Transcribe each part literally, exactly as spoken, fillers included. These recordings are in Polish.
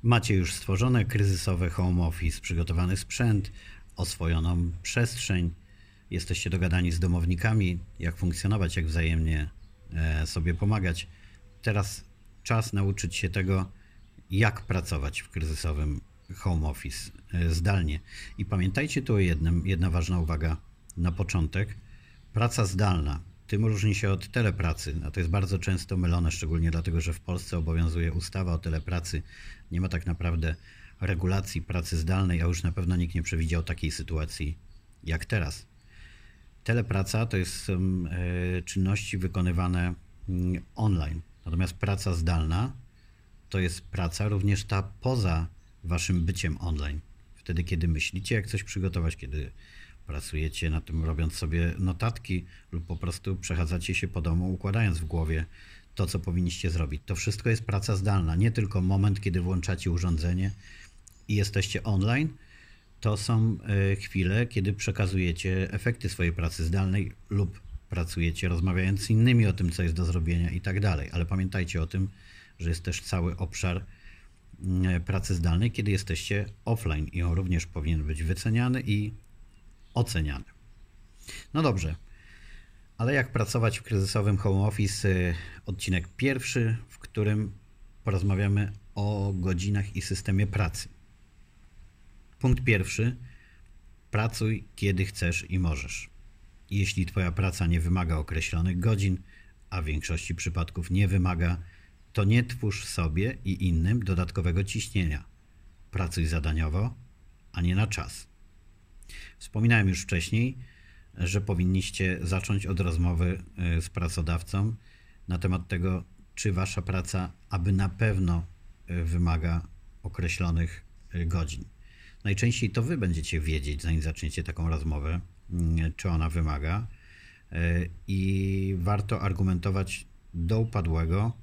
Macie już stworzone kryzysowe home office, przygotowany sprzęt, oswojoną przestrzeń. Jesteście dogadani z domownikami, jak funkcjonować, jak wzajemnie e, sobie pomagać. Teraz czas nauczyć się tego, jak pracować w kryzysowym home office e, zdalnie. I pamiętajcie tu o jednym, jedna ważna uwaga na początek. Praca zdalna. Tym różni się od telepracy, a to jest bardzo często mylone, szczególnie dlatego, że w Polsce obowiązuje ustawa o telepracy. Nie ma tak naprawdę regulacji pracy zdalnej, a już na pewno nikt nie przewidział takiej sytuacji jak teraz. Telepraca to jest są czynności wykonywane online, natomiast praca zdalna to jest praca również ta poza waszym byciem online. Wtedy, kiedy myślicie, jak coś przygotować, kiedy pracujecie na tym, robiąc sobie notatki lub po prostu przechadzacie się po domu, układając w głowie to, co powinniście zrobić. To wszystko jest praca zdalna, nie tylko moment, kiedy włączacie urządzenie i jesteście online. To są chwile, kiedy przekazujecie efekty swojej pracy zdalnej lub pracujecie rozmawiając z innymi o tym, co jest do zrobienia i tak dalej. Ale pamiętajcie o tym, że jest też cały obszar pracy zdalnej, kiedy jesteście offline i on również powinien być wyceniany i oceniany. No dobrze, ale jak pracować w kryzysowym home office? Odcinek pierwszy, w którym porozmawiamy o godzinach i systemie pracy. Punkt pierwszy. Pracuj kiedy chcesz i możesz. Jeśli Twoja praca nie wymaga określonych godzin, a w większości przypadków nie wymaga, to nie twórz sobie i innym dodatkowego ciśnienia. Pracuj zadaniowo, a nie na czas. Wspominałem już wcześniej, że powinniście zacząć od rozmowy z pracodawcą na temat tego, czy Wasza praca aby na pewno wymaga określonych godzin. Najczęściej to Wy będziecie wiedzieć, zanim zaczniecie taką rozmowę, czy ona wymaga, i warto argumentować do upadłego,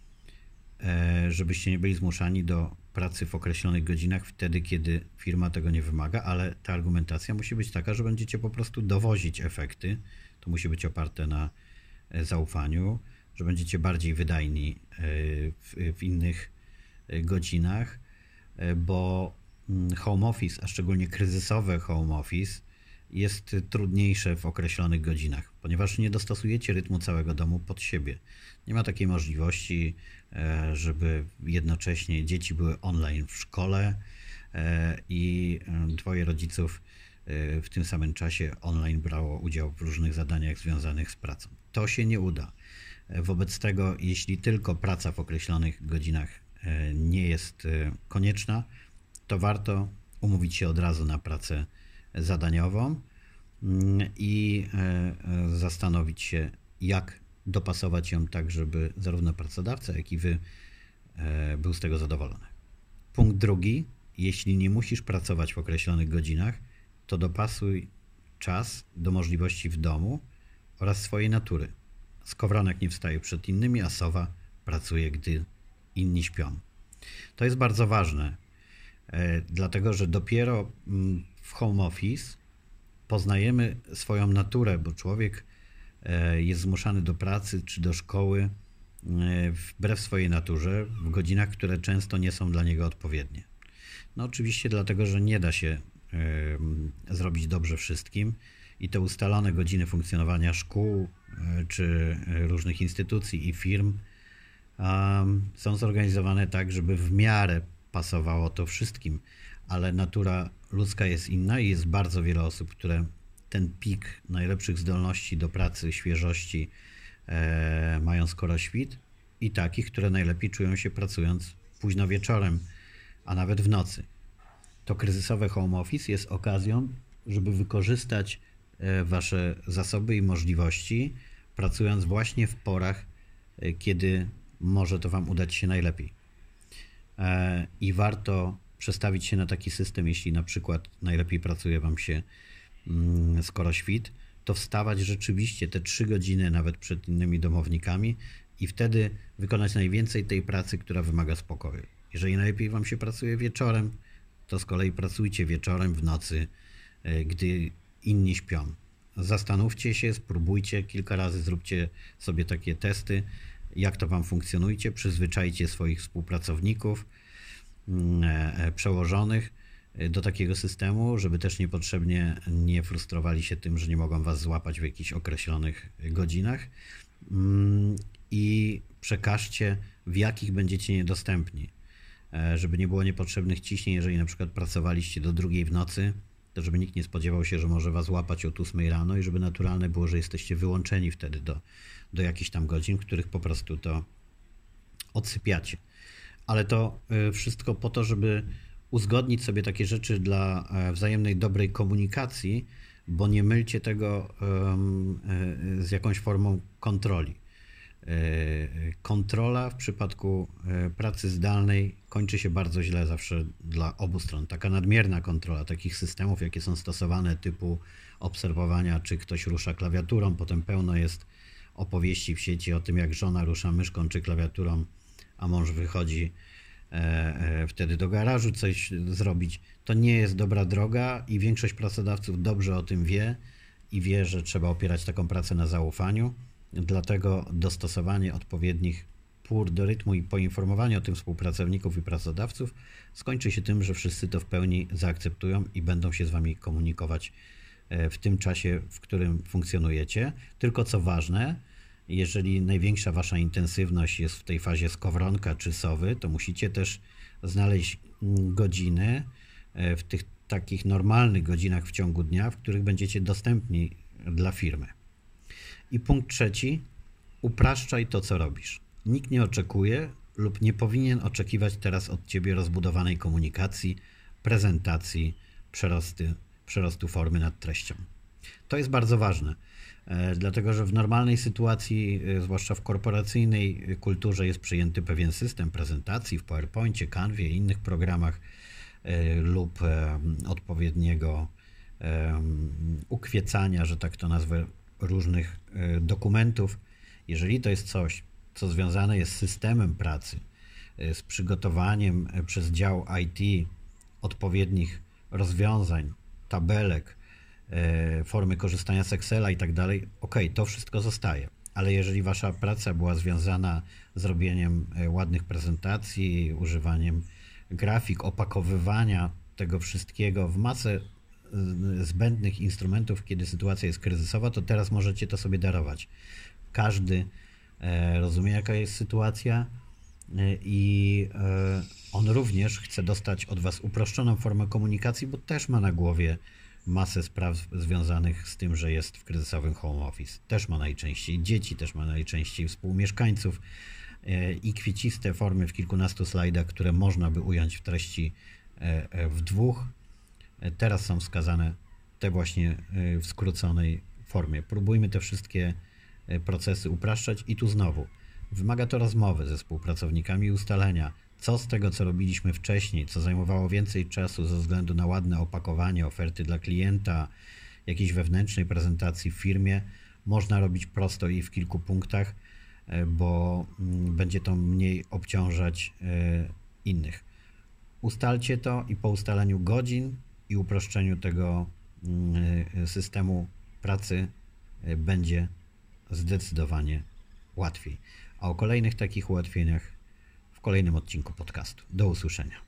żebyście nie byli zmuszani do pracy w określonych godzinach wtedy, kiedy firma tego nie wymaga, ale ta argumentacja musi być taka, że będziecie po prostu dowozić efekty. To musi być oparte na zaufaniu, że będziecie bardziej wydajni w, w innych godzinach, bo home office, a szczególnie kryzysowe home office, jest trudniejsze w określonych godzinach, ponieważ nie dostosujecie rytmu całego domu pod siebie. Nie ma takiej możliwości, żeby jednocześnie dzieci były online w szkole i dwoje rodziców w tym samym czasie online brało udział w różnych zadaniach związanych z pracą. To się nie uda. Wobec tego, jeśli tylko praca w określonych godzinach nie jest konieczna, to warto umówić się od razu na pracę zadaniową i zastanowić się, jak dopasować ją tak, żeby zarówno pracodawca, jak i Wy był z tego zadowolony. Punkt drugi. Jeśli nie musisz pracować w określonych godzinach, to dopasuj czas do możliwości w domu oraz swojej natury. Skowronek nie wstaje przed innymi, a sowa pracuje, gdy inni śpią. To jest bardzo ważne, dlatego że dopiero w home office poznajemy swoją naturę, bo człowiek jest zmuszany do pracy czy do szkoły wbrew swojej naturze w godzinach, które często nie są dla niego odpowiednie. No oczywiście dlatego, że nie da się zrobić dobrze wszystkim i te ustalone godziny funkcjonowania szkół czy różnych instytucji i firm są zorganizowane tak, żeby w miarę pasowało to wszystkim, ale natura ludzka jest inna i jest bardzo wiele osób, które ten pik najlepszych zdolności do pracy, świeżości e, mają skoro świt, i takich, które najlepiej czują się pracując późno wieczorem, a nawet w nocy. To kryzysowe home office jest okazją, żeby wykorzystać e, Wasze zasoby i możliwości, pracując właśnie w porach, e, kiedy może to Wam udać się najlepiej. E, I warto przestawić się na taki system, jeśli na przykład najlepiej pracuje Wam się skoro świt, to wstawać rzeczywiście te trzy godziny nawet przed innymi domownikami i wtedy wykonać najwięcej tej pracy, która wymaga spokoju. Jeżeli najlepiej Wam się pracuje wieczorem, to z kolei pracujcie wieczorem, w nocy, gdy inni śpią. Zastanówcie się, spróbujcie kilka razy, zróbcie sobie takie testy, jak to Wam funkcjonuje, przyzwyczajcie swoich współpracowników przełożonych do takiego systemu, żeby też niepotrzebnie nie frustrowali się tym, że nie mogą was złapać w jakichś określonych godzinach. I przekażcie, w jakich będziecie niedostępni, żeby nie było niepotrzebnych ciśnień. Jeżeli na przykład pracowaliście do drugiej w nocy, to żeby nikt nie spodziewał się, że może was łapać od ósmej rano i żeby naturalne było, że jesteście wyłączeni wtedy do, do jakichś tam godzin, w których po prostu to odsypiacie. Ale to wszystko po to, żeby uzgodnić sobie takie rzeczy dla wzajemnej dobrej komunikacji, bo nie mylcie tego z jakąś formą kontroli. Kontrola w przypadku pracy zdalnej kończy się bardzo źle zawsze dla obu stron. Taka nadmierna kontrola takich systemów, jakie są stosowane, typu obserwowania, czy ktoś rusza klawiaturą, potem pełno jest opowieści w sieci o tym, jak żona rusza myszką czy klawiaturą, a mąż wychodzi wtedy do garażu coś zrobić. To nie jest dobra droga i większość pracodawców dobrze o tym wie i wie, że trzeba opierać taką pracę na zaufaniu. Dlatego dostosowanie odpowiednich pór do rytmu i poinformowanie o tym współpracowników i pracodawców skończy się tym, że wszyscy to w pełni zaakceptują i będą się z wami komunikować w tym czasie, w którym funkcjonujecie. Tylko co ważne, jeżeli największa wasza intensywność jest w tej fazie skowronka czy sowy, to musicie też znaleźć godziny w tych takich normalnych godzinach w ciągu dnia, w których będziecie dostępni dla firmy. I punkt trzeci, upraszczaj to, co robisz. Nikt nie oczekuje lub nie powinien oczekiwać teraz od ciebie rozbudowanej komunikacji, prezentacji, przerosty, przerostu formy nad treścią. To jest bardzo ważne, dlatego że w normalnej sytuacji, zwłaszcza w korporacyjnej kulturze, jest przyjęty pewien system prezentacji w PowerPoincie, Canwie i innych programach lub odpowiedniego ukwiecania, że tak to nazwę, różnych dokumentów. Jeżeli to jest coś, co związane jest z systemem pracy, z przygotowaniem przez dział I T odpowiednich rozwiązań, tabelek, formy korzystania z Excela i tak dalej, ok, to wszystko zostaje. Ale jeżeli wasza praca była związana z robieniem ładnych prezentacji, używaniem grafik, opakowywania tego wszystkiego w masę zbędnych instrumentów, kiedy sytuacja jest kryzysowa, to teraz możecie to sobie darować. Każdy rozumie, jaka jest sytuacja i on również chce dostać od was uproszczoną formę komunikacji, bo też ma na głowie masę spraw związanych z tym, że jest w kryzysowym home office. Też ma najczęściej dzieci, też ma najczęściej współmieszkańców i kwieciste formy w kilkunastu slajdach, które można by ująć w treści w dwóch. Teraz są wskazane te właśnie w skróconej formie. Próbujmy te wszystkie procesy upraszczać i tu znowu wymaga to rozmowy ze współpracownikami i ustalenia, co z tego, co robiliśmy wcześniej, co zajmowało więcej czasu ze względu na ładne opakowanie oferty dla klienta, jakiejś wewnętrznej prezentacji w firmie, można robić prosto i w kilku punktach, bo będzie to mniej obciążać innych. Ustalcie to i po ustaleniu godzin i uproszczeniu tego systemu pracy będzie zdecydowanie łatwiej. A o kolejnych takich ułatwieniach w kolejnym odcinku podcastu. Do usłyszenia.